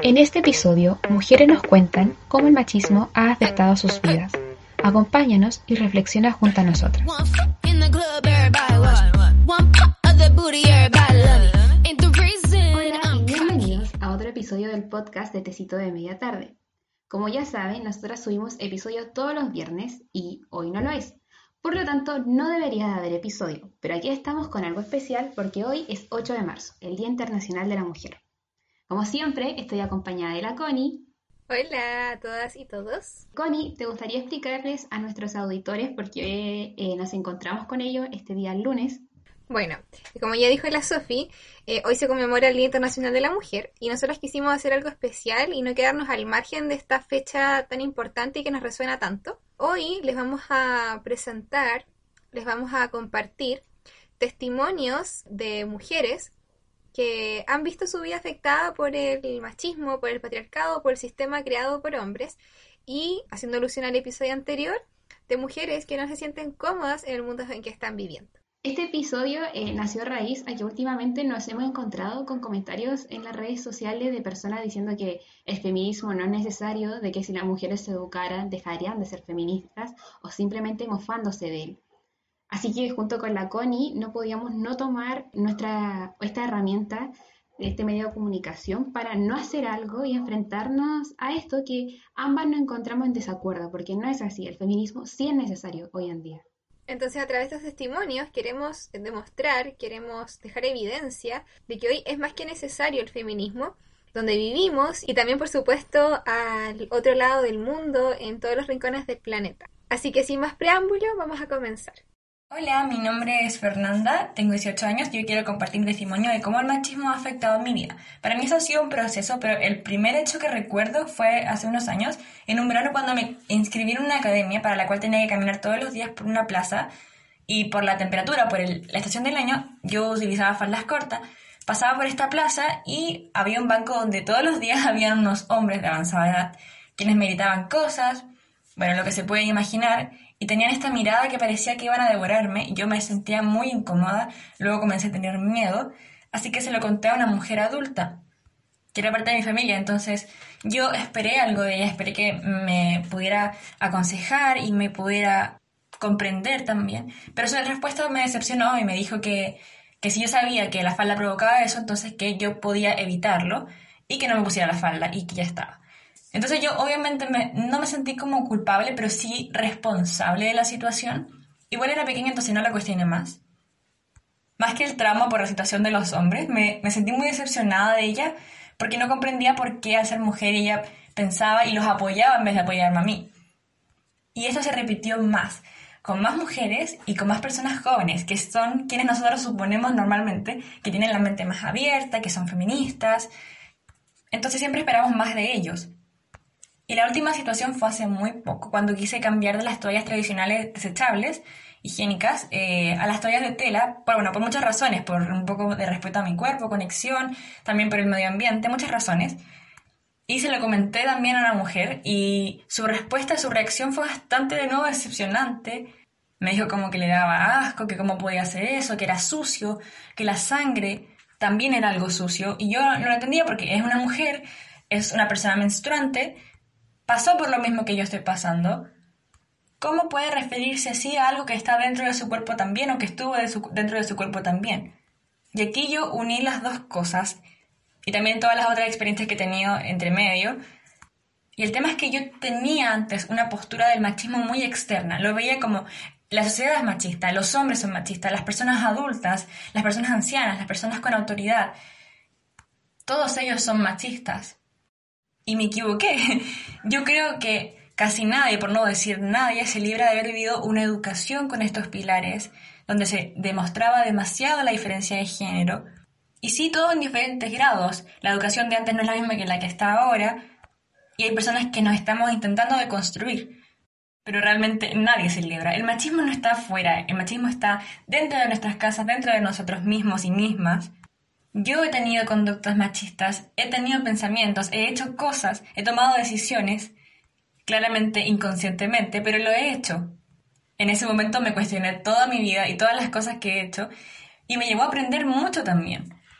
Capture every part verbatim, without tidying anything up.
En este episodio, mujeres nos cuentan cómo el machismo ha afectado sus vidas. Acompáñanos y reflexiona junto a nosotras. Hola y bienvenidos a otro episodio del podcast de Tecito de Media Tarde. Como ya saben, nosotras subimos episodios todos los viernes y hoy no lo es. Por lo tanto, no debería de haber episodio, pero aquí estamos con algo especial porque hoy es ocho de marzo, el Día Internacional de la Mujer. Como siempre, estoy acompañada de la Connie. Hola a todas y todos. Connie, ¿te gustaría explicarles a nuestros auditores por qué eh, nos encontramos con ellos este día lunes? Bueno, como ya dijo la Sofi, eh, hoy se conmemora el Día Internacional de la Mujer y nosotros quisimos hacer algo especial y no quedarnos al margen de esta fecha tan importante y que nos resuena tanto. Hoy les vamos a presentar, les vamos a compartir testimonios de mujeres que han visto su vida afectada por el machismo, por el patriarcado, por el sistema creado por hombres y, haciendo alusión al episodio anterior, de mujeres que no se sienten cómodas en el mundo en que están viviendo. Este episodio eh, nació a raíz a que últimamente nos hemos encontrado con comentarios en las redes sociales de personas diciendo que el feminismo no es necesario, de que si las mujeres se educaran dejarían de ser feministas o simplemente mofándose de él. Así que junto con la Connie no podíamos no tomar nuestra, esta herramienta, este medio de comunicación, para no hacer algo y enfrentarnos a esto que ambas nos encontramos en desacuerdo, porque no es así, el feminismo sí es necesario hoy en día. Entonces, a través de estos testimonios queremos demostrar, queremos dejar evidencia de que hoy es más que necesario el feminismo, donde vivimos y también, por supuesto, al otro lado del mundo, en todos los rincones del planeta. Así que sin más preámbulo, vamos a comenzar. Hola, mi nombre es Fernanda, tengo dieciocho años y hoy quiero compartir un testimonio de cómo el machismo ha afectado mi vida. Para mí eso ha sido un proceso, pero el primer hecho que recuerdo fue hace unos años, en un verano cuando me inscribí en una academia para la cual tenía que caminar todos los días por una plaza y por la temperatura, por el, la estación del año, yo utilizaba faldas cortas, pasaba por esta plaza y había un banco donde todos los días habían unos hombres de avanzada edad quienes me gritaban cosas, bueno, lo que se puede imaginar, y tenían esta mirada que parecía que iban a devorarme, y yo me sentía muy incómoda, luego comencé a tener miedo, así que se lo conté a una mujer adulta, que era parte de mi familia, entonces yo esperé algo de ella, esperé que me pudiera aconsejar y me pudiera comprender también, pero su respuesta me decepcionó y me dijo que, que si yo sabía que la falda provocaba eso, entonces que yo podía evitarlo y que no me pusiera la falda y que ya estaba. Entonces yo obviamente me, no me sentí como culpable, pero sí responsable de la situación. Igual era pequeña, entonces no la cuestioné más. Más que el trauma por la situación de los hombres, me, me sentí muy decepcionada de ella porque no comprendía por qué al ser mujer ella pensaba y los apoyaba en vez de apoyarme a mí. Y eso se repitió más, con más mujeres y con más personas jóvenes, que son quienes nosotros suponemos normalmente que tienen la mente más abierta, que son feministas. Entonces siempre esperamos más de ellos. Y la última situación fue hace muy poco, cuando quise cambiar de las toallas tradicionales desechables, higiénicas, eh, a las toallas de tela, por, bueno, por muchas razones, por un poco de respeto a mi cuerpo, conexión, también por el medio ambiente, muchas razones. Y se lo comenté también a una mujer y su respuesta, su reacción fue bastante de nuevo decepcionante. Me dijo como que le daba asco, que cómo podía hacer eso, que era sucio, que la sangre también era algo sucio. Y yo no lo entendía porque es una mujer, es una persona menstruante, pasó por lo mismo que yo estoy pasando. ¿Cómo puede referirse así a algo que está dentro de su cuerpo también o que estuvo de su, dentro de su cuerpo también? Y aquí yo uní las dos cosas y también todas las otras experiencias que he tenido entre medio. Y el tema es que yo tenía antes una postura del machismo muy externa. Lo veía como la sociedad es machista, los hombres son machistas, las personas adultas, las personas ancianas, las personas con autoridad. Todos ellos son machistas. Y me equivoqué. Yo creo que casi nadie, por no decir nadie, se libra de haber vivido una educación con estos pilares, donde se demostraba demasiado la diferencia de género. Y sí, todo en diferentes grados. La educación de antes no es la misma que la que está ahora, y hay personas que nos estamos intentando deconstruir. Pero realmente nadie se libra. El machismo no está afuera, el machismo está dentro de nuestras casas, dentro de nosotros mismos y mismas. Yo he tenido conductas machistas, he tenido pensamientos, he hecho cosas, he tomado decisiones, claramente inconscientemente, pero lo he hecho. En ese momento me cuestioné toda mi vida y todas las cosas que he hecho y me llevó a aprender mucho también.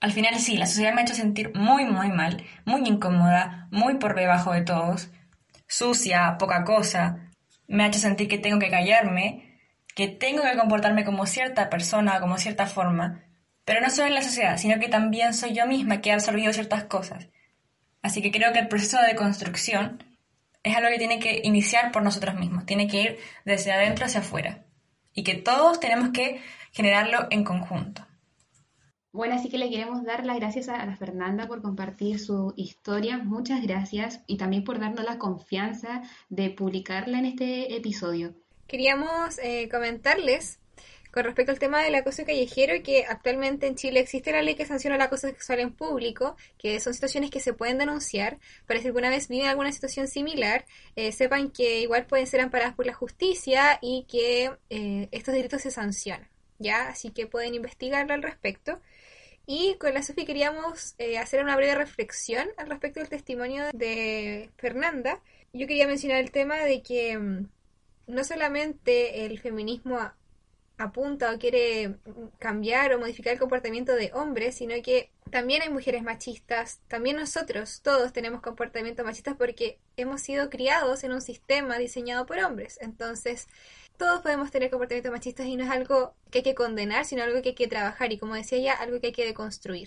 Al final sí, la sociedad me ha hecho sentir muy, muy mal, muy incómoda, muy por debajo de todos, sucia, poca cosa. Me ha hecho sentir que tengo que callarme, que tengo que comportarme como cierta persona, como cierta forma. Pero no solo en la sociedad, sino que también soy yo misma que he absorbido ciertas cosas. Así que creo que el proceso de construcción es algo que tiene que iniciar por nosotros mismos, tiene que ir desde adentro hacia afuera. Y que todos tenemos que generarlo en conjunto. Bueno, así que le queremos dar las gracias a la Fernanda por compartir su historia. Muchas gracias y también por darnos la confianza de publicarla en este episodio. Queríamos eh, comentarles con respecto al tema del acoso callejero que actualmente en Chile existe la ley que sanciona el acoso sexual en público, que son situaciones que se pueden denunciar. Para si alguna vez viven alguna situación similar, eh, sepan que igual pueden ser amparadas por la justicia y que eh, estos delitos se sancionan, ¿ya? Así que pueden investigarlo al respecto. Y con la Sofi queríamos eh, hacer una breve reflexión al respecto del testimonio de Fernanda. Yo quería mencionar el tema de que mm, no solamente el feminismo a- apunta o quiere cambiar o modificar el comportamiento de hombres, sino que también hay mujeres machistas, también nosotros todos tenemos comportamientos machistas porque hemos sido criados en un sistema diseñado por hombres. Entonces, todos podemos tener comportamientos machistas y no es algo que hay que condenar, sino algo que hay que trabajar y, como decía ella, algo que hay que deconstruir.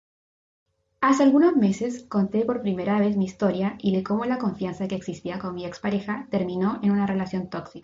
Hace algunos meses conté por primera vez mi historia y de cómo la confianza que existía con mi expareja terminó en una relación tóxica.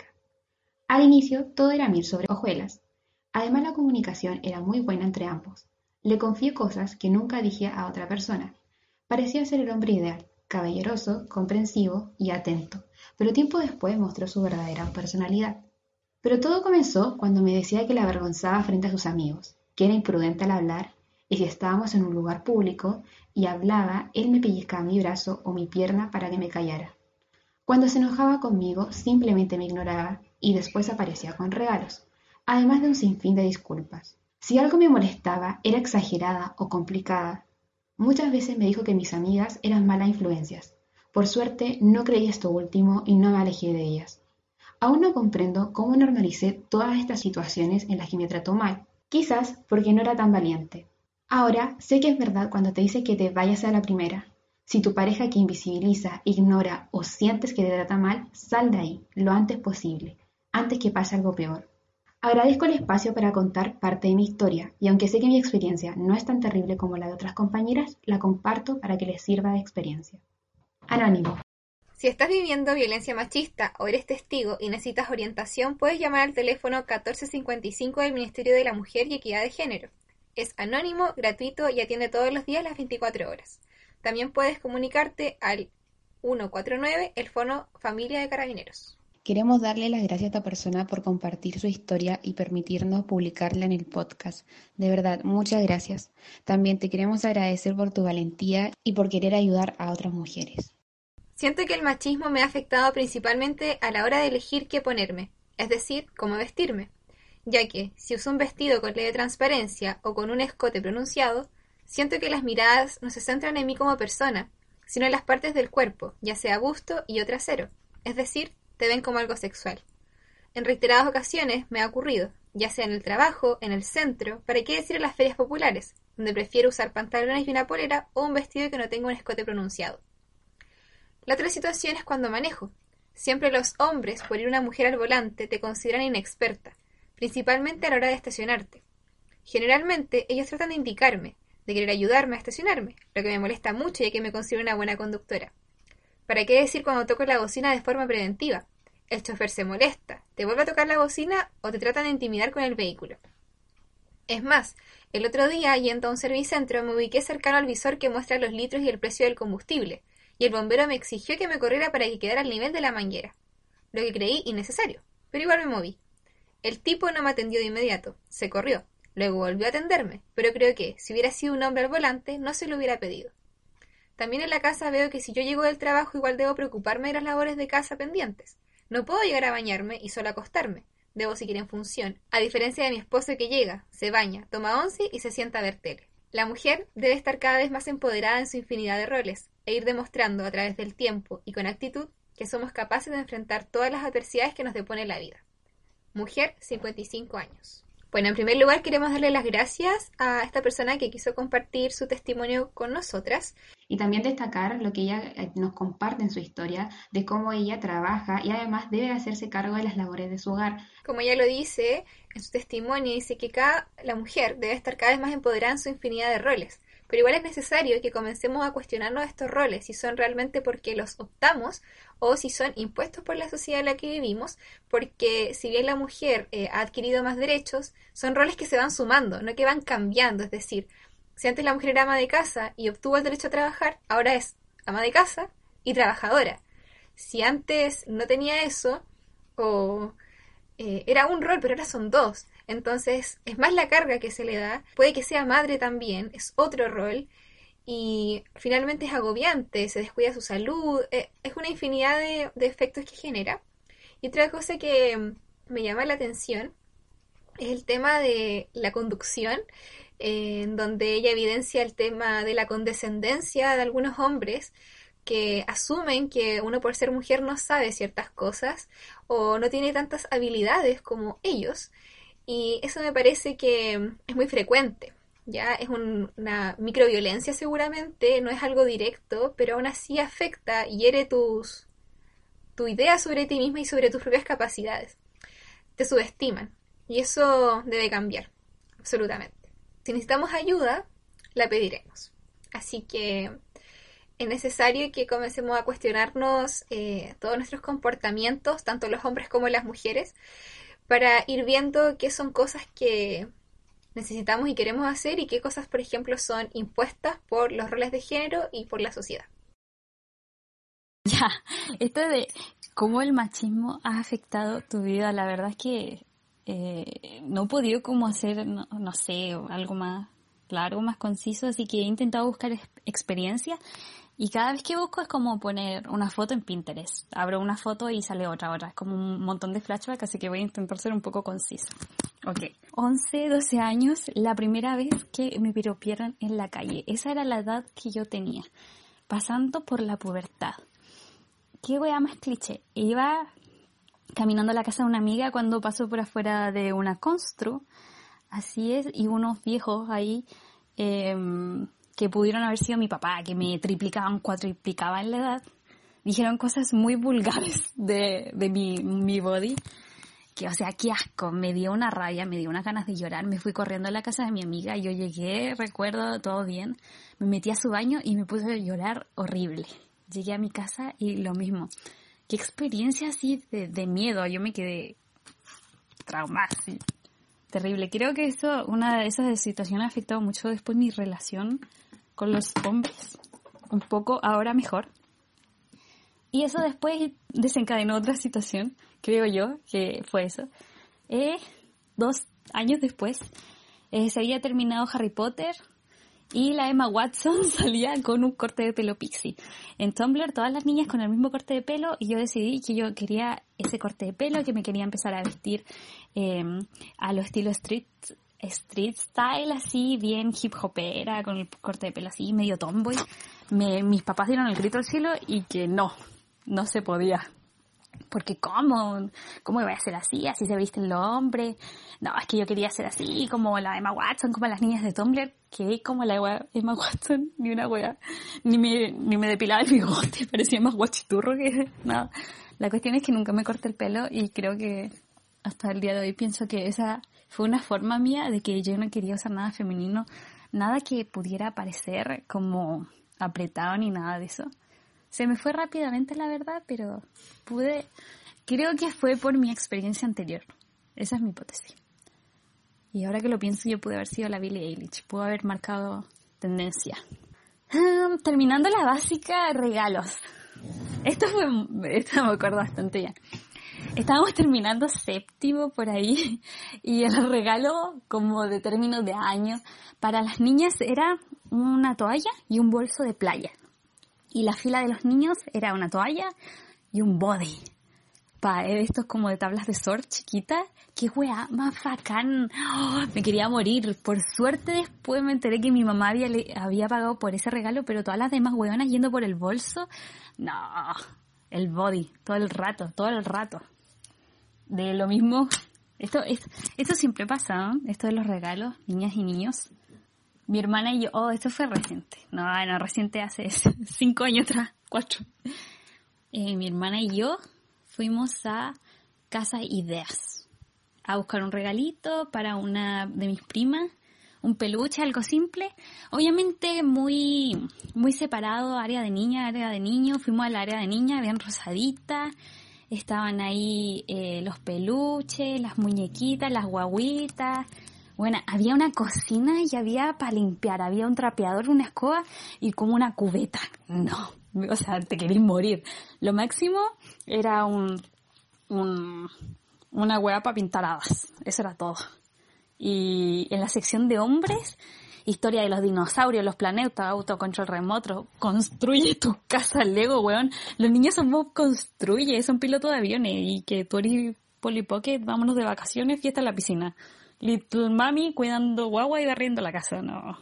Al inicio todo era mil sobre hojuelas. Además la comunicación era muy buena entre ambos. Le confié cosas que nunca dije a otra persona. Parecía ser el hombre ideal, caballeroso, comprensivo y atento, pero tiempo después mostró su verdadera personalidad. Pero todo comenzó cuando me decía que la avergonzaba frente a sus amigos, que era imprudente al hablar, y si estábamos en un lugar público y hablaba, él me pellizcaba mi brazo o mi pierna para que me callara. Cuando se enojaba conmigo, simplemente me ignoraba y después aparecía con regalos, además de un sinfín de disculpas. Si algo me molestaba, era exagerada o complicada. Muchas veces me dijo que mis amigas eran malas influencias. Por suerte, no creí esto último y no me alejé de ellas. Aún no comprendo cómo normalicé todas estas situaciones en las que me trató mal. Quizás porque no era tan valiente. Ahora sé que es verdad cuando te dice que te vayas a la primera. Si tu pareja te invisibiliza, ignora o sientes que te trata mal, sal de ahí lo antes posible, antes que pase algo peor. Agradezco el espacio para contar parte de mi historia y aunque sé que mi experiencia no es tan terrible como la de otras compañeras, la comparto para que les sirva de experiencia. Anónimo. Si estás viviendo violencia machista o eres testigo y necesitas orientación, puedes llamar al teléfono catorce cincuenta y cinco del Ministerio de la Mujer y Equidad de Género. Es anónimo, gratuito y atiende todos los días las veinticuatro horas. También puedes comunicarte al ciento cuarenta y nueve, el Fono Familia de Carabineros. Queremos darle las gracias a esta persona por compartir su historia y permitirnos publicarla en el podcast. De verdad, muchas gracias. También te queremos agradecer por tu valentía y por querer ayudar a otras mujeres. Siento que el machismo me ha afectado principalmente a la hora de elegir qué ponerme, es decir, cómo vestirme, ya que si uso un vestido con leve transparencia o con un escote pronunciado, siento que las miradas no se centran en mí como persona, sino en las partes del cuerpo, ya sea busto y o trasero, es decir, te ven como algo sexual. En reiteradas ocasiones me ha ocurrido, ya sea en el trabajo, en el centro, para qué decir en las ferias populares, donde prefiero usar pantalones y una polera o un vestido que no tenga un escote pronunciado. La otra situación es cuando manejo. Siempre los hombres, por ir una mujer al volante, te consideran inexperta, principalmente a la hora de estacionarte. Generalmente ellos tratan de indicarme, de querer ayudarme a estacionarme, lo que me molesta mucho ya que me considero una buena conductora. ¿Para qué decir cuando toco la bocina de forma preventiva? El chofer se molesta, te vuelve a tocar la bocina o te tratan de intimidar con el vehículo. Es más, el otro día, yendo a un servicentro, me ubiqué cercano al visor que muestra los litros y el precio del combustible, y el bombero me exigió que me corriera para que quedara al nivel de la manguera, lo que creí innecesario, pero igual me moví. El tipo no me atendió de inmediato, se corrió, luego volvió a atenderme, pero creo que, si hubiera sido un hombre al volante, no se lo hubiera pedido. También en la casa veo que si yo llego del trabajo igual debo preocuparme de las labores de casa pendientes. No puedo llegar a bañarme y solo acostarme, debo seguir en función, a diferencia de mi esposo que llega, se baña, toma once y se sienta a ver tele. La mujer debe estar cada vez más empoderada en su infinidad de roles, e ir demostrando a través del tiempo y con actitud que somos capaces de enfrentar todas las adversidades que nos depone la vida. Mujer, cincuenta y cinco años. Bueno, en primer lugar queremos darle las gracias a esta persona que quiso compartir su testimonio con nosotras. Y también destacar lo que ella eh, nos comparte en su historia, de cómo ella trabaja y además debe hacerse cargo de las labores de su hogar. Como ella lo dice en su testimonio, dice que cada, la mujer debe estar cada vez más empoderada en su infinidad de roles. Pero igual es necesario que comencemos a cuestionarnos estos roles, si son realmente porque los optamos o si son impuestos por la sociedad en la que vivimos, porque si bien la mujer eh, ha adquirido más derechos, son roles que se van sumando, no que van cambiando. Es decir, si antes la mujer era ama de casa y obtuvo el derecho a trabajar, ahora es ama de casa y trabajadora. Si antes no tenía eso, o eh, era un rol, pero ahora son dos. Entonces es más la carga que se le da, puede que sea madre también, es otro rol, y finalmente es agobiante, se descuida su salud, eh, es una infinidad de, de efectos que genera. Y otra cosa que me llama la atención es el tema de la conducción, eh, en donde ella evidencia el tema de la condescendencia de algunos hombres que asumen que uno por ser mujer no sabe ciertas cosas o no tiene tantas habilidades como ellos. Y eso me parece que es muy frecuente, ya es un, una microviolencia seguramente, no es algo directo, pero aún así afecta y hiere tus, tu idea sobre ti misma y sobre tus propias capacidades. Te subestiman y eso debe cambiar, absolutamente. Si necesitamos ayuda, la pediremos. Así que es necesario que comencemos a cuestionarnos eh, todos nuestros comportamientos, tanto los hombres como las mujeres, para ir viendo qué son cosas que necesitamos y queremos hacer y qué cosas, por ejemplo, son impuestas por los roles de género y por la sociedad. Ya, esto de cómo el machismo ha afectado tu vida, la verdad es que eh, no he podido como hacer, no, no sé, algo más largo, más conciso, así que he intentado buscar ex- experiencias. Y cada vez que busco es como poner una foto en Pinterest. Abro una foto y sale otra, otra. Es como un montón de flashbacks, así que voy a intentar ser un poco concisa. Ok. once, doce años, la primera vez que me piropearon en la calle. Esa era la edad que yo tenía. Pasando por la pubertad. ¿Qué wea más cliché? Iba caminando a la casa de una amiga cuando pasó por afuera de una constru. Así es, y unos viejos ahí... Eh, que pudieron haber sido mi papá, que me triplicaban, cuatriplicaban la edad, dijeron cosas muy vulgares de, de mi, mi body, que o sea, qué asco, me dio una rabia, me dio unas ganas de llorar, me fui corriendo a la casa de mi amiga, yo llegué, recuerdo, todo bien, me metí a su baño y me puse a llorar horrible. Llegué a mi casa y lo mismo. Qué experiencia así de, de miedo, yo me quedé traumada, sí. Terrible. Creo que eso, una de esas situaciones ha afectado mucho después mi relación con los hombres. Un poco, ahora mejor. Y eso después desencadenó otra situación, creo yo, que fue eso. Eh, dos años después, eh, se había terminado Harry Potter y la Emma Watson salía con un corte de pelo pixie. En Tumblr, todas las niñas con el mismo corte de pelo, y yo decidí que yo quería ese corte de pelo, que me quería empezar a vestir eh, a lo estilo street street style, así, bien hip hopera, con el corte de pelo así, medio tomboy. Me, mis papás dieron el grito al cielo y que no, no se podía. Porque ¿cómo? ¿Cómo iba a ser así? Así se visten los hombres. No, es que yo quería ser así, como la Emma Watson, como las niñas de Tumblr, que como la Emma Watson, ni una wea, ni me, ni me depilaba el bigote, parecía más guachiturro que nada. La cuestión es que nunca me corté el pelo y creo que hasta el día de hoy pienso que esa fue una forma mía de que yo no quería usar nada femenino, nada que pudiera parecer como apretado ni nada de eso. Se me fue rápidamente, la verdad, pero pude... Creo que fue por mi experiencia anterior. Esa es mi hipótesis. Y ahora que lo pienso, yo pude haber sido la Billie Eilish. Pude haber marcado tendencia. Um, terminando la básica, regalos. Esto fue... Esto me acuerdo bastante bien. Estábamos terminando séptimo por ahí. Y el regalo, como de términos de año, para las niñas era una toalla y un bolso de playa. Y la fila de los niños era una toalla y un body. Pa, estos como de tablas de surf chiquitas. ¡Qué weá más bacán! ¡Oh! Me quería morir. Por suerte después me enteré que mi mamá había, había pagado por ese regalo, pero todas las demás weonas yendo por el bolso. No, el body, todo el rato, todo el rato. De lo mismo Esto, es, esto siempre pasa, ¿no? Esto de los regalos, niñas y niños. Mi hermana y yo, oh, esto fue reciente. No, no, reciente hace cinco años atrás, cuatro. Eh, mi hermana y yo fuimos a Casa Ideas a buscar un regalito para una de mis primas, un peluche, algo simple. Obviamente muy, muy separado, área de niña, área de niño. Fuimos al área de niña, habían rosaditas. Estaban ahí eh, los peluches, las muñequitas, las guaguitas. Bueno, había una cocina y había para limpiar. Había un trapeador, una escoba y como una cubeta. No, o sea, te querés morir. Lo máximo era un, un una hueá para pintar hadas. Eso era todo. Y en la sección de hombres, historia de los dinosaurios, los planetas, autocontrol remoto, construye tu casa Lego, weón. Los niños son Bob Construye, son pilotos de aviones y que tú eres Polly Pocket, vámonos de vacaciones, fiesta en la piscina. Little Mami cuidando guagua y barriendo la casa, no.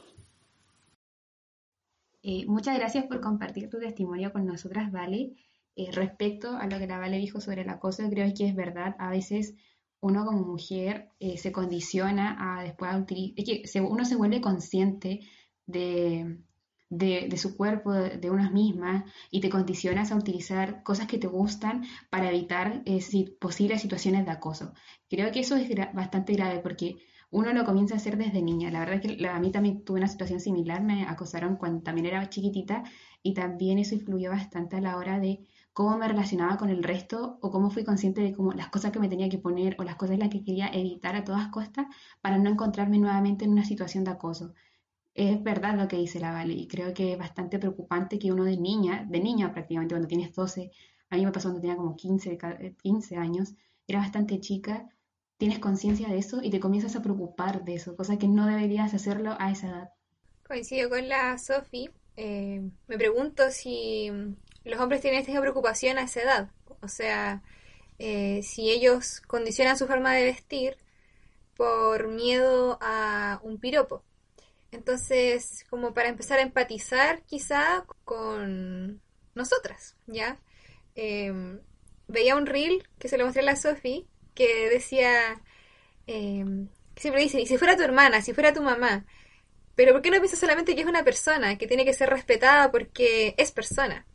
Eh, muchas gracias por compartir tu testimonio con nosotras, Vale. Eh, respecto a lo que la Vale dijo sobre el acoso, creo que es verdad, a veces uno como mujer eh, se condiciona a después a utilizar, es que se, uno se vuelve consciente de, de, de su cuerpo, de, de unas mismas, y te condicionas a utilizar cosas que te gustan para evitar eh, si, posibles situaciones de acoso. Creo que eso es gra- bastante grave porque uno lo comienza a hacer desde niña. La verdad es que la, a mí también tuve una situación similar, me acosaron cuando también era chiquitita y también eso influyó bastante a la hora de cómo me relacionaba con el resto o cómo fui consciente de cómo las cosas que me tenía que poner o las cosas las que quería evitar a todas costas para no encontrarme nuevamente en una situación de acoso. Es verdad lo que dice la Vale y creo que es bastante preocupante que uno de niña, de niña prácticamente cuando tienes doce, a mí me pasó cuando tenía como quince, quince años, era bastante chica, tienes conciencia de eso y te comienzas a preocupar de eso, cosa que no deberías hacerlo a esa edad. Coincido con la Sofi. Eh, me pregunto si los hombres tienen esta preocupación a esa edad. O sea, eh, si ellos condicionan su forma de vestir por miedo a un piropo. Entonces, como para empezar a empatizar quizá con nosotras, ¿ya? Eh, Veía un reel que se lo mostré a la Sofi que decía, eh, que siempre dice, y si fuera tu hermana, si fuera tu mamá, pero ¿por qué no piensas solamente que es una persona, que tiene que ser respetada porque es persona?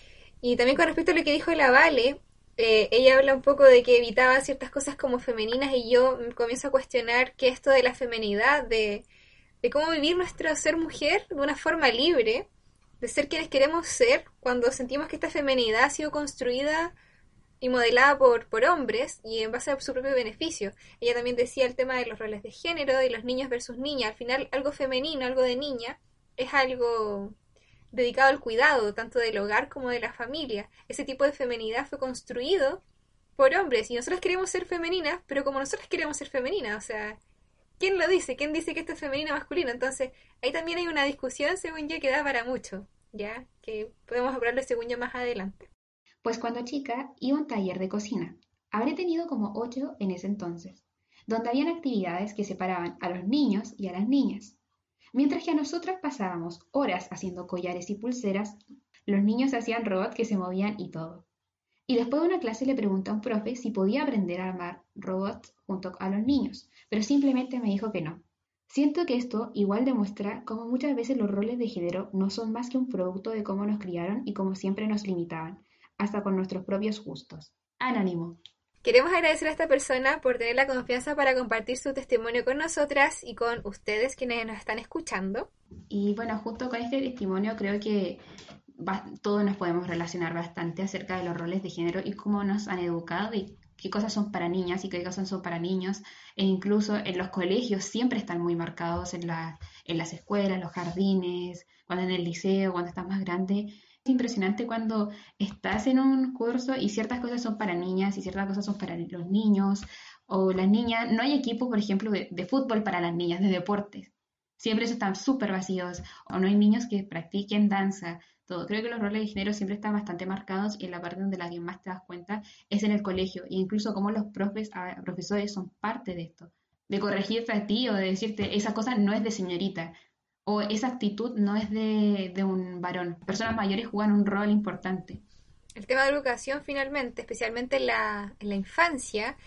Y también con respecto a lo que dijo la Vale, eh, ella habla un poco de que evitaba ciertas cosas como femeninas y yo comienzo a cuestionar que esto de la femenidad, de, de cómo vivir nuestro ser mujer de una forma libre, de ser quienes queremos ser, cuando sentimos que esta femenidad ha sido construida y modelada por, por hombres y en base a su propio beneficio. Ella también decía el tema de los roles de género, de los niños versus niñas. Al final, algo femenino, algo de niña, es algo dedicado al cuidado, tanto del hogar como de la familia. Ese tipo de femenidad fue construido por hombres y nosotros queremos ser femeninas, pero como nosotros queremos ser femeninas, o sea, ¿quién lo dice? ¿Quién dice que esto es femenino o masculino? Entonces, ahí también hay una discusión, según yo, que da para mucho, ¿ya? Que podemos hablarlo, según yo, más adelante. Pues cuando chica iba a un taller de cocina. Habré tenido como ocho en ese entonces, donde habían actividades que separaban a los niños y a las niñas. Mientras que a nosotras pasábamos horas haciendo collares y pulseras, los niños hacían robots que se movían y todo. Y después de una clase le pregunté a un profe si podía aprender a armar robots junto a los niños, pero simplemente me dijo que no. Siento que esto igual demuestra cómo muchas veces los roles de género no son más que un producto de cómo nos criaron y cómo siempre nos limitaban, hasta con nuestros propios gustos. Anónimo. Queremos agradecer a esta persona por tener la confianza para compartir su testimonio con nosotras y con ustedes quienes nos están escuchando. Y bueno, justo con este testimonio creo que va, todos nos podemos relacionar bastante acerca de los roles de género y cómo nos han educado y qué cosas son para niñas y qué cosas son para niños. E incluso en los colegios siempre están muy marcados en, la, en las escuelas, los jardines, cuando en el liceo, cuando estás más grande. Es impresionante cuando estás en un curso y ciertas cosas son para niñas y ciertas cosas son para los niños o las niñas. No hay equipo, por ejemplo, de, de fútbol para las niñas, de deportes. Siempre eso están súper vacíos o no hay niños que practiquen danza. Todo. Creo que los roles de género siempre están bastante marcados y en la parte donde la que más te das cuenta es en el colegio e incluso como los profes, profesores son parte de esto. De corregirte a ti o de decirte esa cosa no es de señorita. O esa actitud no es de, de un varón. Personas mayores juegan un rol importante. El tema de educación, finalmente, especialmente en la, en la infancia,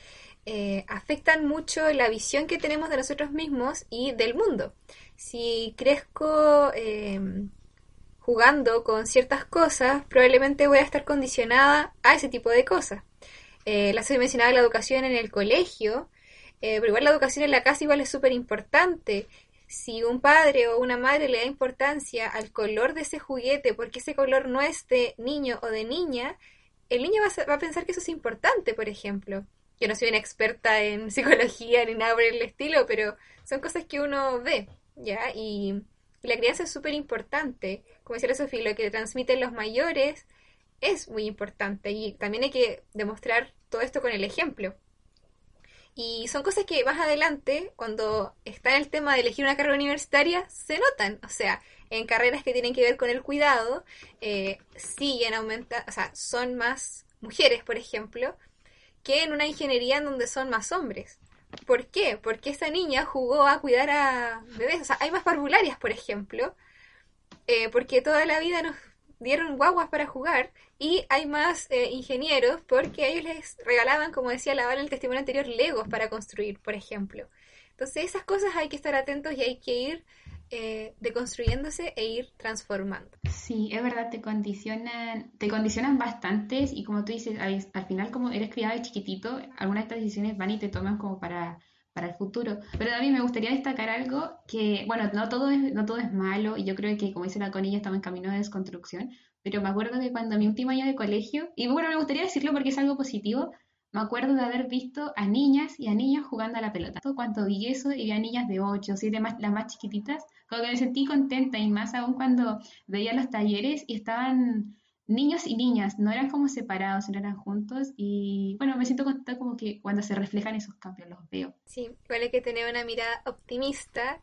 eh, afectan mucho la visión que tenemos de nosotros mismos y del mundo. Si crezco eh, jugando con ciertas cosas, probablemente voy a estar condicionada a ese tipo de cosas. Eh, la se mencionaba la educación en el colegio, eh, pero igual la educación en la casa igual es súper importante. Si un padre o una madre le da importancia al color de ese juguete porque ese color no es de niño o de niña, el niño va a, va a pensar que eso es importante, por ejemplo. Yo no soy una experta en psicología ni nada por el estilo, pero son cosas que uno ve, ¿ya? Y la crianza es súper importante. Como decía la Sofía, lo que transmiten los mayores es muy importante y también hay que demostrar todo esto con el ejemplo. Y son cosas que más adelante, cuando está el tema de elegir una carrera universitaria, se notan. O sea, en carreras que tienen que ver con el cuidado, eh, siguen aumentando, o sea, son más mujeres, por ejemplo, que en una ingeniería en donde son más hombres. ¿Por qué? Porque esa niña jugó a cuidar a bebés. O sea, hay más parvularias, por ejemplo, eh, porque toda la vida nos dieron guaguas para jugar y hay más eh, ingenieros porque a ellos les regalaban, como decía la Val en el testimonio anterior, legos para construir, por ejemplo. Entonces esas cosas hay que estar atentos y hay que ir eh, deconstruyéndose e ir transformando. Sí, es verdad, te condicionan, te condicionan bastantes y como tú dices, al, al final como eres criado de chiquitito, algunas de estas decisiones van y te toman como para, para el futuro. Pero también me gustaría destacar algo que, bueno, no todo es, no todo es malo y yo creo que, como dice la Conilla, estamos en camino de desconstrucción, pero me acuerdo que cuando mi último año de colegio, y bueno, me gustaría decirlo porque es algo positivo, me acuerdo de haber visto a niñas y a niños jugando a la pelota. Cuando vi eso y vi a niñas de ocho, siete, más, las más chiquititas, como que me sentí contenta y más aún cuando veía los talleres y estaban niños y niñas, no eran como separados, no eran juntos y bueno, me siento contenta como que cuando se reflejan esos cambios los veo. Sí, igual hay que tener una mirada optimista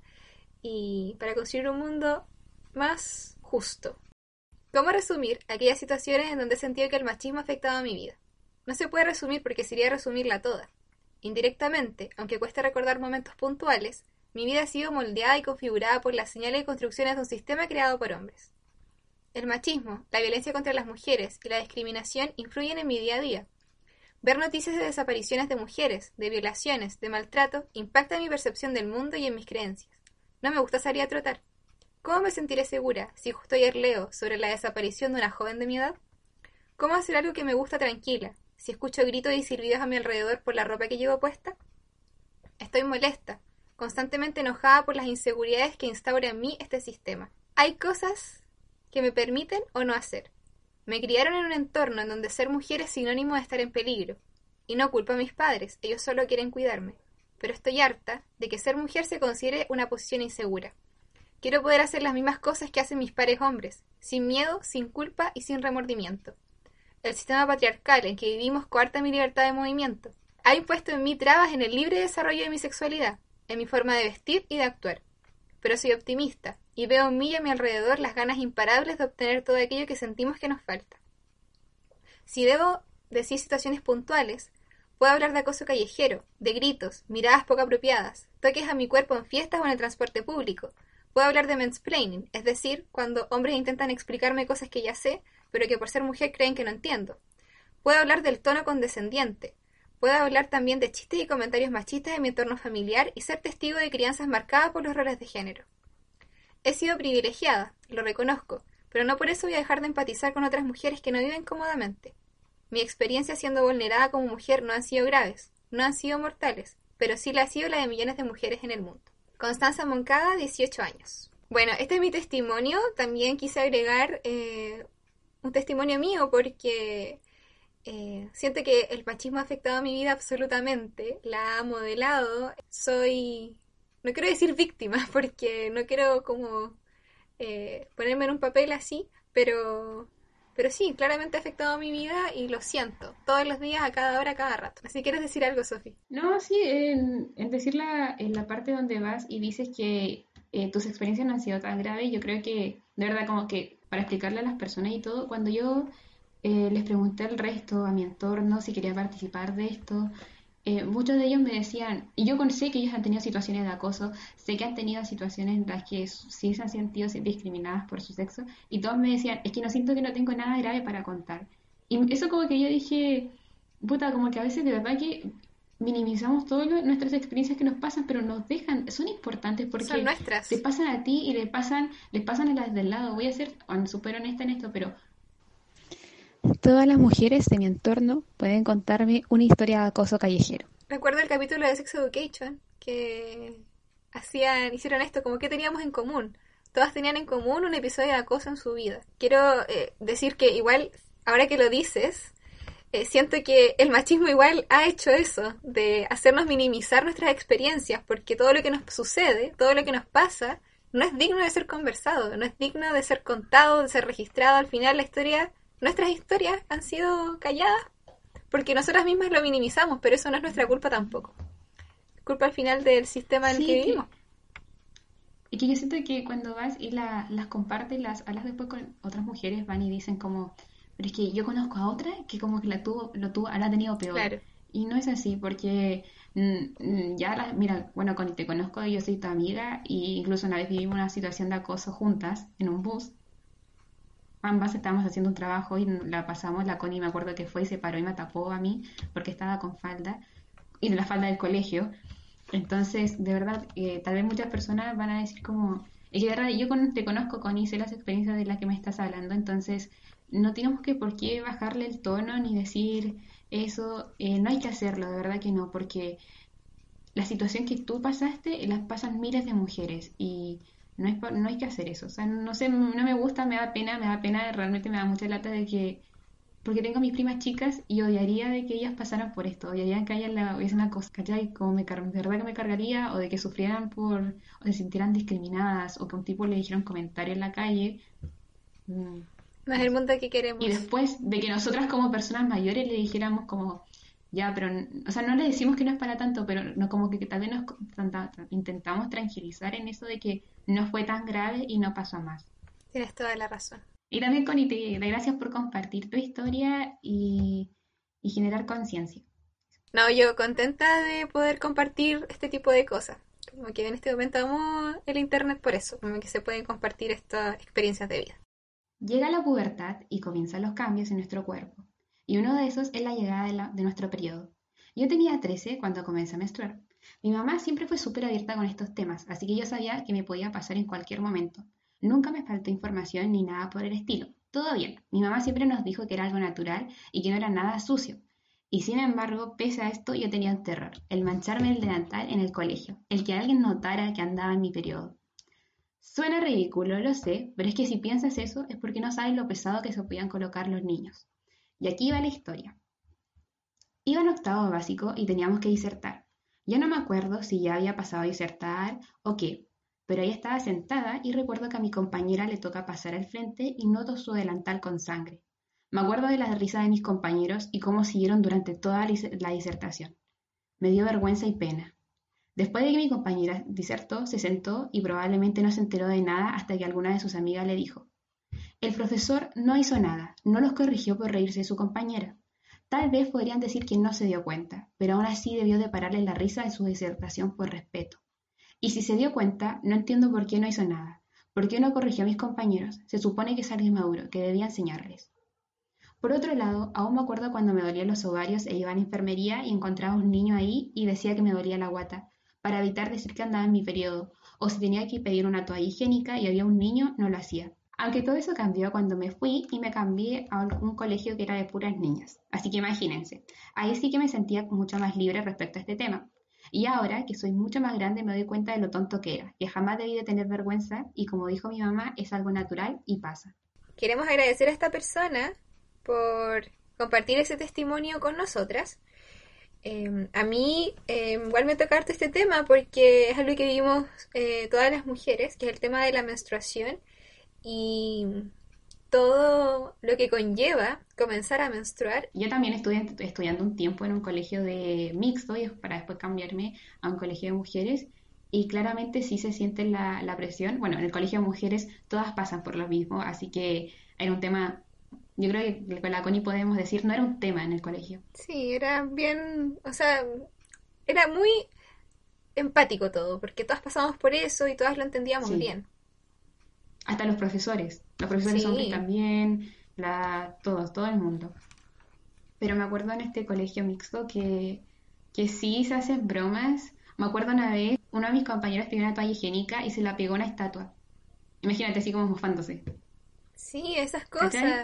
y para construir un mundo más justo. ¿Cómo resumir aquellas situaciones en donde he sentido que el machismo ha afectado a mi vida? No se puede resumir porque sería resumirla toda. Indirectamente, aunque cueste recordar momentos puntuales, mi vida ha sido moldeada y configurada por las señales y construcciones de un sistema creado por hombres. El machismo, la violencia contra las mujeres y la discriminación influyen en mi día a día. Ver noticias de desapariciones de mujeres, de violaciones, de maltrato, impacta mi percepción del mundo y en mis creencias. No me gusta salir a trotar. ¿Cómo me sentiré segura si justo ayer leo sobre la desaparición de una joven de mi edad? ¿Cómo hacer algo que me gusta tranquila si escucho gritos y silbidos a mi alrededor por la ropa que llevo puesta? Estoy molesta, constantemente enojada por las inseguridades que instaura en mí este sistema. Hay cosas que me permiten o no hacer. Me criaron en un entorno en donde ser mujer es sinónimo de estar en peligro. Y no culpo a mis padres, ellos solo quieren cuidarme. Pero estoy harta de que ser mujer se considere una posición insegura. Quiero poder hacer las mismas cosas que hacen mis pares hombres, sin miedo, sin culpa y sin remordimiento. El sistema patriarcal en que vivimos coarta mi libertad de movimiento. Ha impuesto en mí trabas en el libre desarrollo de mi sexualidad, en mi forma de vestir y de actuar. Pero soy optimista y veo en mí y a mi alrededor las ganas imparables de obtener todo aquello que sentimos que nos falta. Si debo decir situaciones puntuales, puedo hablar de acoso callejero, de gritos, miradas poco apropiadas, toques a mi cuerpo en fiestas o en el transporte público. Puedo hablar de mansplaining, es decir, cuando hombres intentan explicarme cosas que ya sé, pero que por ser mujer creen que no entiendo. Puedo hablar del tono condescendiente. Puedo hablar también de chistes y comentarios machistas en mi entorno familiar y ser testigo de crianzas marcadas por los roles de género. He sido privilegiada, lo reconozco, pero no por eso voy a dejar de empatizar con otras mujeres que no viven cómodamente. Mi experiencia siendo vulnerada como mujer no han sido graves, no han sido mortales, pero sí la ha sido la de millones de mujeres en el mundo. Constanza Moncada, dieciocho años. Bueno, este es mi testimonio. También quise agregar eh, un testimonio mío porque eh, siento que el machismo ha afectado a mi vida absolutamente. La ha modelado. Soy, no quiero decir víctima porque no quiero como eh, ponerme en un papel así, pero... Pero sí, claramente ha afectado mi vida y lo siento. Todos los días, a cada hora, a cada rato. ¿Así quieres decir algo, Sofi? No, sí, en, en decir la, en la parte donde vas y dices que eh, tus experiencias no han sido tan graves, yo creo que, de verdad, como que para explicarle a las personas y todo, cuando yo eh, les pregunté al resto, a mi entorno, si quería participar de esto, eh, muchos de ellos me decían, y yo sé que ellos han tenido situaciones de acoso, sé que han tenido situaciones en las que sí se han sentido discriminadas por su sexo, y todos me decían, es que no siento que no tengo nada grave para contar. Y eso como que yo dije, puta, como que a veces de verdad que minimizamos todas nuestras experiencias que nos pasan, pero nos dejan, son importantes porque Son nuestras. te pasan a ti y le pasan, les pasan a las del lado. Voy a ser súper honesta en esto, pero todas las mujeres de mi entorno pueden contarme una historia de acoso callejero. Recuerdo el capítulo de Sex Education que hacían, hicieron esto, como que teníamos en común. Todas tenían en común un episodio de acoso en su vida. Quiero eh, decir que igual, ahora que lo dices, eh, siento que el machismo igual ha hecho eso, de hacernos minimizar nuestras experiencias, porque todo lo que nos sucede, todo lo que nos pasa, no es digno de ser conversado, no es digno de ser contado, de ser registrado. Al final la historia, nuestras historias han sido calladas, porque nosotras mismas lo minimizamos, pero eso no es nuestra culpa tampoco. Culpa al final del sistema en el Sí, que que- vivimos. Y que yo siento que cuando vas y la, las compartes, las hablas después con otras mujeres, van y dicen como, pero es que yo conozco a otra que como que la tuvo, lo tuvo, la ha tenido peor. Claro. Y no es así, porque mm, mm, ya las, mira, bueno, Connie, te conozco, yo soy tu amiga, y incluso una vez vivimos una situación de acoso juntas en un bus. Ambas estábamos haciendo un trabajo y la pasamos, la Connie me acuerdo que fue y se paró y me tapó a mí porque estaba con falda, y de la falda del colegio. Entonces, de verdad, eh, tal vez muchas personas van a decir como, es que de verdad, yo con- te conozco, Connie, sé las experiencias de las que me estás hablando, entonces no tenemos que por qué bajarle el tono ni decir eso, eh, no hay que hacerlo, de verdad que no, porque la situación que tú pasaste las pasan miles de mujeres y no hay, pa- no hay que hacer eso. O sea, no sé, no me gusta, me da pena, me da pena, realmente me da mucha lata de que, porque tengo mis primas chicas y odiaría de que ellas pasaran por esto, odiaría que a ellas la hubiesen acosado, ¿cachai? Como me, car- de verdad que me cargaría, o de que sufrieran por, o se sintieran discriminadas, o que a un tipo le dijera un comentario en la calle. Mm, No es el mundo que queremos. y después de que nosotras como personas mayores le dijéramos como, ya, pero, n- o sea, no le decimos que no es para tanto, pero no como que, que tal vez nos co- tanta- intentamos tranquilizar en eso de que no fue tan grave y no pasó a más. Tienes toda la razón. Y también, Connie, te doy gracias por compartir tu historia y, y generar conciencia. No, yo contenta de poder compartir este tipo de cosas. Como que en este momento amo el internet por eso, como que se pueden compartir estas experiencias de vida. Llega la pubertad y comienzan los cambios en nuestro cuerpo, y uno de esos es la llegada de, la- de nuestro periodo. Yo tenía trece cuando comencé a menstruar. Mi mamá siempre fue súper abierta con estos temas, así que yo sabía que me podía pasar en cualquier momento. Nunca me faltó información ni nada por el estilo. Todo bien. Mi mamá siempre nos dijo que era algo natural y que no era nada sucio. Y sin embargo, pese a esto, yo tenía un terror, el mancharme el delantal en el colegio, el que alguien notara que andaba en mi periodo. Suena ridículo, lo sé, pero es que si piensas eso es porque no sabes lo pesado que se podían colocar los niños. Y aquí va la historia. Iba en octavo básico y teníamos que disertar. Yo no me acuerdo si ya había pasado a disertar o qué, pero ella estaba sentada y recuerdo que a mi compañera le toca pasar al frente y noto su delantal con sangre. Me acuerdo de la risa de mis compañeros y cómo siguieron durante toda la disertación. Me dio vergüenza y pena. Después de que mi compañera disertó, se sentó y probablemente no se enteró de nada hasta que alguna de sus amigas le dijo: el profesor no hizo nada, no los corrigió por reírse de su compañera. Tal vez podrían decir que no se dio cuenta, pero aún así debió de pararle la risa en su disertación por respeto. Y si se dio cuenta, no entiendo por qué no hizo nada. ¿Por qué no corrigió a mis compañeros? Se supone que es alguien maduro, que debía enseñarles. Por otro lado, aún me acuerdo cuando me dolían los ovarios e iba a la enfermería y encontraba un niño ahí y decía que me dolía la guata, para evitar decir que andaba en mi periodo, o si tenía que pedir una toalla higiénica y había un niño, no lo hacía. Aunque todo eso cambió cuando me fui y me cambié a un colegio que era de puras niñas. Así que imagínense, ahí sí que me sentía mucho más libre respecto a este tema. Y ahora, que soy mucho más grande, me doy cuenta de lo tonto que era, que jamás debí de tener vergüenza y como dijo mi mamá, es algo natural y pasa. Queremos agradecer a esta persona por compartir ese testimonio con nosotras. Eh, a mí eh, igual me toca harto este tema porque es algo que vivimos eh, todas las mujeres, que es el tema de la menstruación y todo lo que conlleva comenzar a menstruar. Yo también estuve estudiando un tiempo en un colegio de mixto y para después cambiarme a un colegio de mujeres y claramente sí se siente la, la presión. Bueno, en el colegio de mujeres todas pasan por lo mismo, así que era un tema, yo creo que con la Connie podemos decir, no era un tema en el colegio. Sí, era bien, o sea, era muy empático todo, porque todas pasamos por eso y todas lo entendíamos Sí, bien. hasta los profesores, los profesores hombres Sí, también, la, todos, todo el mundo. Pero me acuerdo en este colegio mixto que que sí se hacen bromas. Me acuerdo una vez, uno de mis compañeros pidió una toalla higiénica y se la pegó a una estatua. Imagínate, así como mofándose. Sí, esas ¿Cachai? cosas.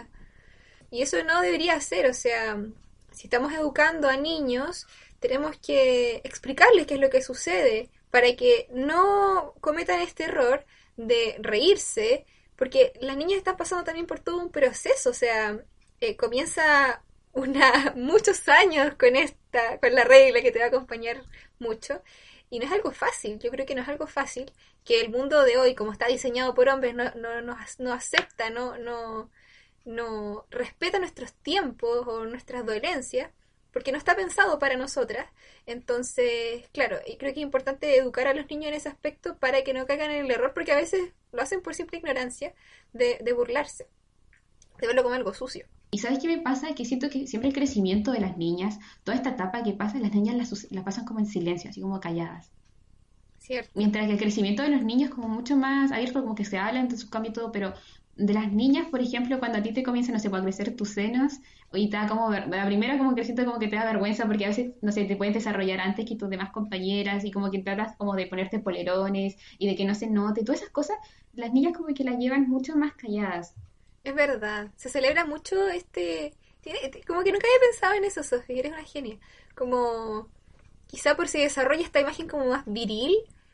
Y eso no debería ser, o sea, si estamos educando a niños, tenemos que explicarles qué es lo que sucede para que no cometan este error de reírse, porque las niñas están pasando también por todo un proceso, o sea, eh, comienza una muchos años con esta, con la regla que te va a acompañar mucho, y no es algo fácil, yo creo que no es algo fácil, que el mundo de hoy, como está diseñado por hombres, no, no, no, no acepta, no, no, no respeta nuestros tiempos o nuestras dolencias, porque no está pensado para nosotras. Entonces, claro, y creo que es importante educar a los niños en ese aspecto para que no caigan en el error, porque a veces lo hacen por simple ignorancia de, de burlarse, de verlo como algo sucio. ¿Y sabes qué me pasa? Que siento que siempre el crecimiento de las niñas, toda esta etapa que pasa, las niñas la, sus- la pasan como en silencio, así como calladas. Cierto. Mientras que el crecimiento de los niños como mucho más abierto, como que se hablan de sus cambios y todo, pero de las niñas, por ejemplo, cuando a ti te comienzan, no sé, pues, a crecer tus senos, y te da como, ver- la primera como que siento como que te da vergüenza, porque a veces, no sé, te puedes desarrollar antes que tus demás compañeras, y como que tratas como de ponerte polerones, y de que no se note, todas esas cosas, las niñas como que las llevan mucho más calladas. Es verdad. Se celebra mucho este... tiene- como que nunca había pensado en eso, Sofía, eres una genia. Como quizá por si desarrolla esta imagen como más viril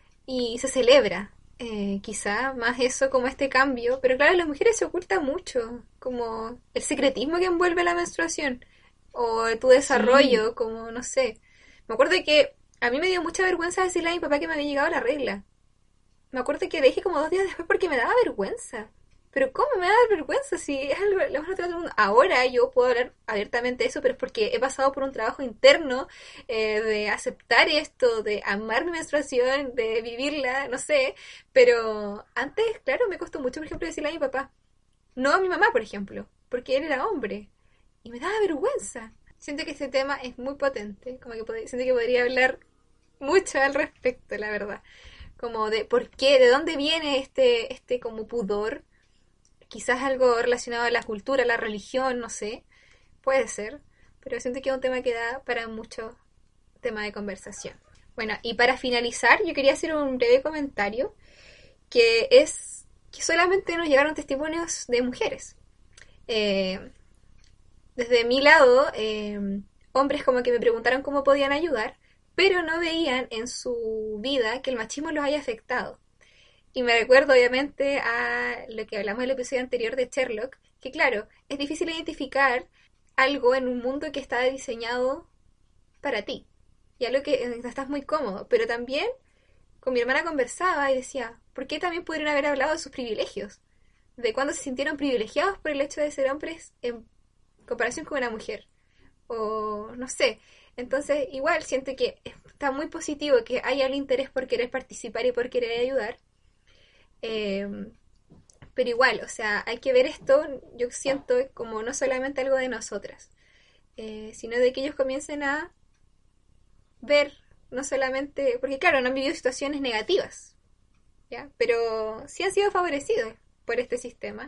y se celebra. Eh, quizá más eso como este cambio, pero claro, en las mujeres se oculta mucho, como el secretismo que envuelve la menstruación o tu Sí, desarrollo, como no sé. Me acuerdo que a mí me dio mucha vergüenza decirle a mi papá que me había llegado la regla. Me acuerdo que le dije como dos días después porque me daba vergüenza. Pero ¿cómo me da vergüenza si es algo lo más natural del mundo? Ahora yo puedo hablar abiertamente de eso, pero es porque he pasado por un trabajo interno eh, de aceptar esto, de amar mi menstruación, de vivirla, no sé. Pero antes, claro, me costó mucho, por ejemplo, decirle a mi papá. No a mi mamá, por ejemplo, porque él era hombre. Y me daba vergüenza. Siento que este tema es muy potente, como que pod- siento que podría hablar mucho al respecto, la verdad. Como de por qué, de dónde viene este, este como pudor, quizás algo relacionado a la cultura, a la religión, no sé, puede ser, pero siento que es un tema que da para mucho tema de conversación. Bueno, y para finalizar, yo quería hacer un breve comentario, que es que solamente nos llegaron testimonios de mujeres. Eh, Desde mi lado, eh, hombres como que me preguntaron cómo podían ayudar, pero no veían en su vida que el machismo los haya afectado. Y me recuerdo obviamente a lo que hablamos en el episodio anterior de Sherlock, que claro, es difícil identificar algo en un mundo que está diseñado para ti, y algo que en el que estás muy cómodo, pero también con mi hermana conversaba y decía, ¿por qué también pudieron haber hablado de sus privilegios? De cuándo se sintieron privilegiados por el hecho de ser hombres en comparación con una mujer. O no sé. Entonces, igual siento que está muy positivo que haya el interés por querer participar y por querer ayudar. Eh, pero igual, o sea, hay que ver esto, yo siento, como no solamente algo de nosotras, eh, sino de que ellos comiencen a ver, no solamente, porque claro, no han vivido situaciones negativas, ¿ya? Pero sí han sido favorecidos por este sistema.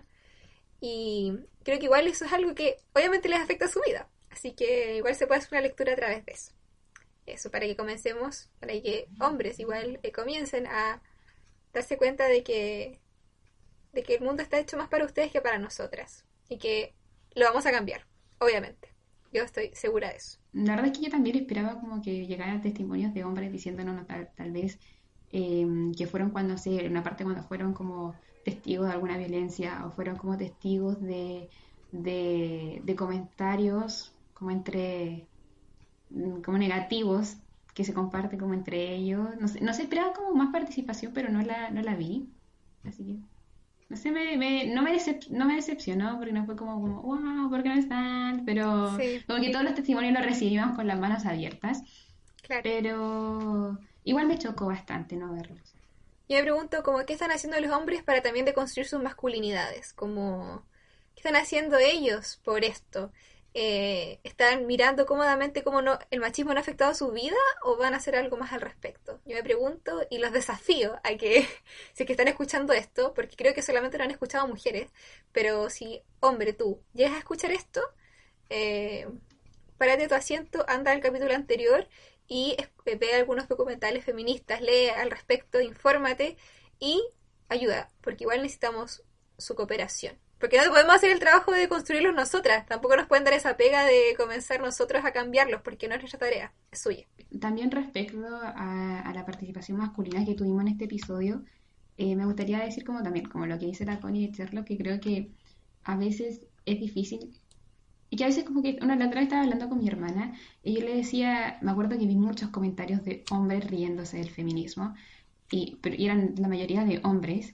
Y creo que igual eso es algo que obviamente les afecta a su vida. Así que igual se puede hacer una lectura a través de eso. Eso, para que comencemos, para que hombres igual eh, comiencen a darse cuenta de que, de que el mundo está hecho más para ustedes que para nosotras. Y que lo vamos a cambiar, obviamente. Yo estoy segura de eso. la verdad es que yo también esperaba como que llegaran testimonios de hombres diciéndonos no, tal, tal vez eh, que fueron cuando, no sé, en una parte cuando fueron como testigos de alguna violencia o fueron como testigos de, de, de comentarios como entre, mm, como negativos que se comparten como entre ellos. No sé, no se esperaba como más participación, pero no la, no la vi. Así que, no sé, me, me- no, me decep- no me decepcionó porque no fue como, como, wow, ¿por qué no están? Pero Sí, como que todos los testimonios los recibimos con las manos abiertas, claro. pero igual me chocó bastante no verlos. Yo me pregunto como qué están haciendo los hombres para también deconstruir sus masculinidades, como qué están haciendo ellos por esto. Eh, ¿Están mirando cómodamente cómo no, el machismo no ha afectado su vida o van a hacer algo más al respecto? Yo me pregunto y los desafío a que, si es que están escuchando esto, porque creo que solamente lo han escuchado mujeres, pero si, hombre, tú llegas a escuchar esto, eh, párate tu asiento, anda al capítulo anterior y ve algunos documentales feministas, lee al respecto, infórmate y ayuda, porque igual necesitamos su cooperación. Porque no podemos hacer el trabajo de construirlos nosotras, tampoco nos pueden dar esa pega de comenzar nosotros a cambiarlos, porque no es nuestra tarea, es suya. También respecto a, a la participación masculina que tuvimos en este episodio, eh, me gustaría decir como también, como lo que dice la Connie de Sherlock, que creo que a veces es difícil, y que a veces como que, una la otra vez estaba hablando con mi hermana, y yo le decía, me acuerdo que vi muchos comentarios de hombres riéndose del feminismo, y, pero, y eran la mayoría de hombres,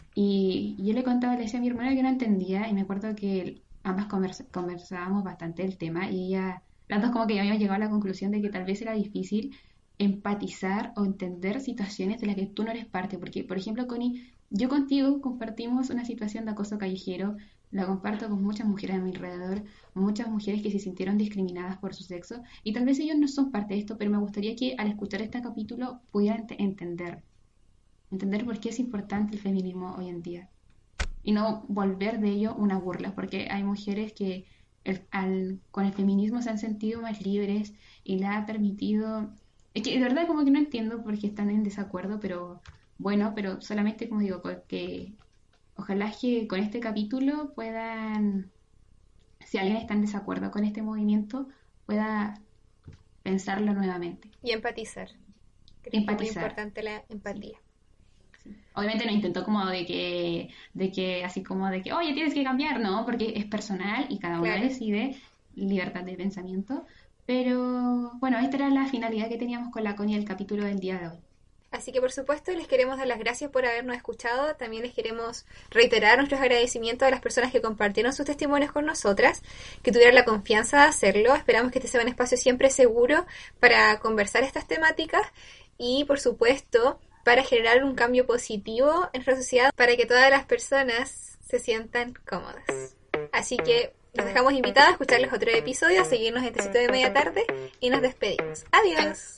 y yo le contaba, le decía a mi hermana que no entendía, y me acuerdo que ambas conversa, conversábamos bastante el tema, y ella, las dos como que ya habíamos llegado a la conclusión de que tal vez era difícil empatizar o entender situaciones de las que tú no eres parte, porque, por ejemplo, Connie, yo contigo compartimos una situación de acoso callejero, la comparto con muchas mujeres a mi alrededor, muchas mujeres que se sintieron discriminadas por su sexo, y tal vez ellos no son parte de esto, pero me gustaría que al escuchar este capítulo pudieran ent- entender, entender por qué es importante el feminismo hoy en día, y no volver de ello una burla, porque hay mujeres que el, al, con el feminismo se han sentido más libres y les ha permitido, es que de verdad como que no entiendo por qué están en desacuerdo, pero bueno, pero solamente como digo, que ojalá que con este capítulo puedan, si alguien está en desacuerdo con este movimiento, pueda pensarlo nuevamente. Y empatizar. Creo empatizar. que es muy importante la empatía. Sí. Obviamente no intento como de que, de que, así como de que, oye, tienes que cambiar, no, porque es personal y cada uno Claro. decide, libertad de pensamiento. Pero bueno, esta era la finalidad que teníamos con la Connie el capítulo del día de hoy. Así que por supuesto les queremos dar las gracias por habernos escuchado. También les queremos reiterar nuestros agradecimientos a las personas que compartieron sus testimonios con nosotras, que tuvieron la confianza de hacerlo. Esperamos que este sea un espacio siempre seguro para conversar estas temáticas y por supuesto para generar un cambio positivo en nuestra sociedad para que todas las personas se sientan cómodas. Así que los dejamos invitados a escuchar los otros episodios, a seguirnos en Tecito de Media Tarde y nos despedimos. Adiós.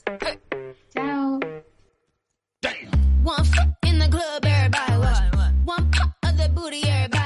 Chao. One foot in the club, everybody watch. One pop of the booty, everybody